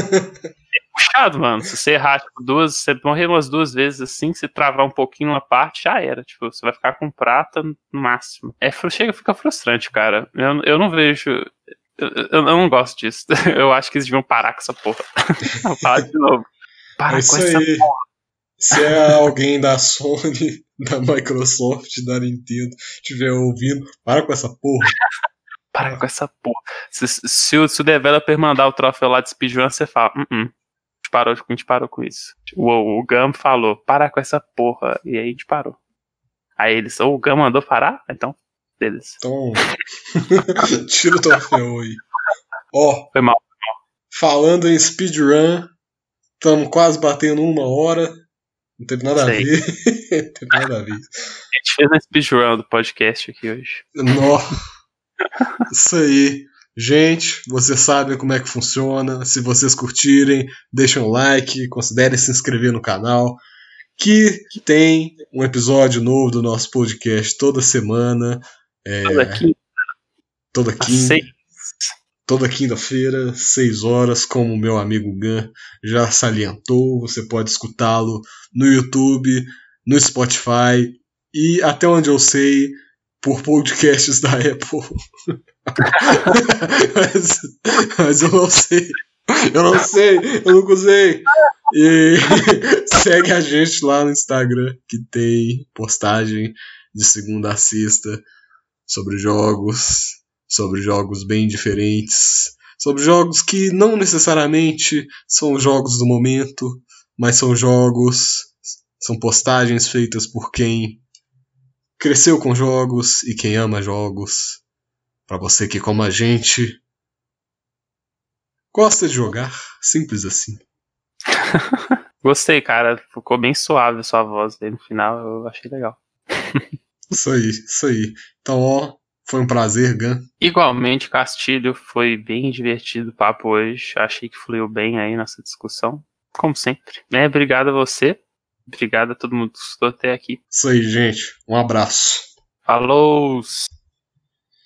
puxado, mano. Se você errar, tipo, duas, você morrer umas duas vezes assim, se travar um pouquinho uma parte, já era. Tipo, você vai ficar com prata no máximo. É, chega, fica frustrante, cara. Eu, eu não vejo. Eu, eu, eu não gosto disso. Eu acho que eles deviam parar com essa porra. Vou falar de novo. Para é com isso essa aí. porra. Se é alguém da Sony, da Microsoft, da Nintendo, estiver ouvindo, para com essa porra. Para com essa porra. Se, se, o, se o developer mandar o troféu lá de speedrun, você fala, uh -uh. Parou, a gente parou com isso. O, o Gam falou, para com essa porra. E aí a gente parou. Aí eles, ou o Gam mandou parar? Então, beleza. Então, tira o troféu aí. Ó, foi mal. Falando em speedrun, estamos quase batendo uma hora. Não teve nada Sei. a ver. Não teve nada a ver. A gente fez a speedrun do podcast aqui hoje. Nossa. Isso aí. Gente, vocês sabem como é que funciona. Se vocês curtirem, deixem um like, considerem se inscrever no canal. Que tem um episódio novo do nosso podcast toda semana. É, toda quinta. Toda quinta. Toda quinta-feira, seis horas, como o meu amigo Gan já salientou. Você pode escutá-lo no YouTube, no Spotify e, até onde eu sei, por podcasts da Apple. mas, mas eu não sei. Eu não sei, eu nunca usei. E segue a gente lá no Instagram, que tem postagem de segunda a sexta sobre jogos, sobre jogos bem diferentes, sobre jogos que não necessariamente são jogos do momento, mas são jogos, são postagens feitas por quem cresceu com jogos e quem ama jogos. Pra você que, como a gente, gosta de jogar, simples assim. Gostei, cara. Ficou bem suave a sua voz aí no final, eu achei legal. Isso aí, isso aí. Então, ó, foi um prazer, Gan. Igualmente, Castilho, foi bem divertido o papo hoje. Achei que fluiu bem aí nessa discussão, como sempre. É, obrigado a você. Obrigado a todo mundo que escutou até aqui. Isso aí, gente. Um abraço. Falou!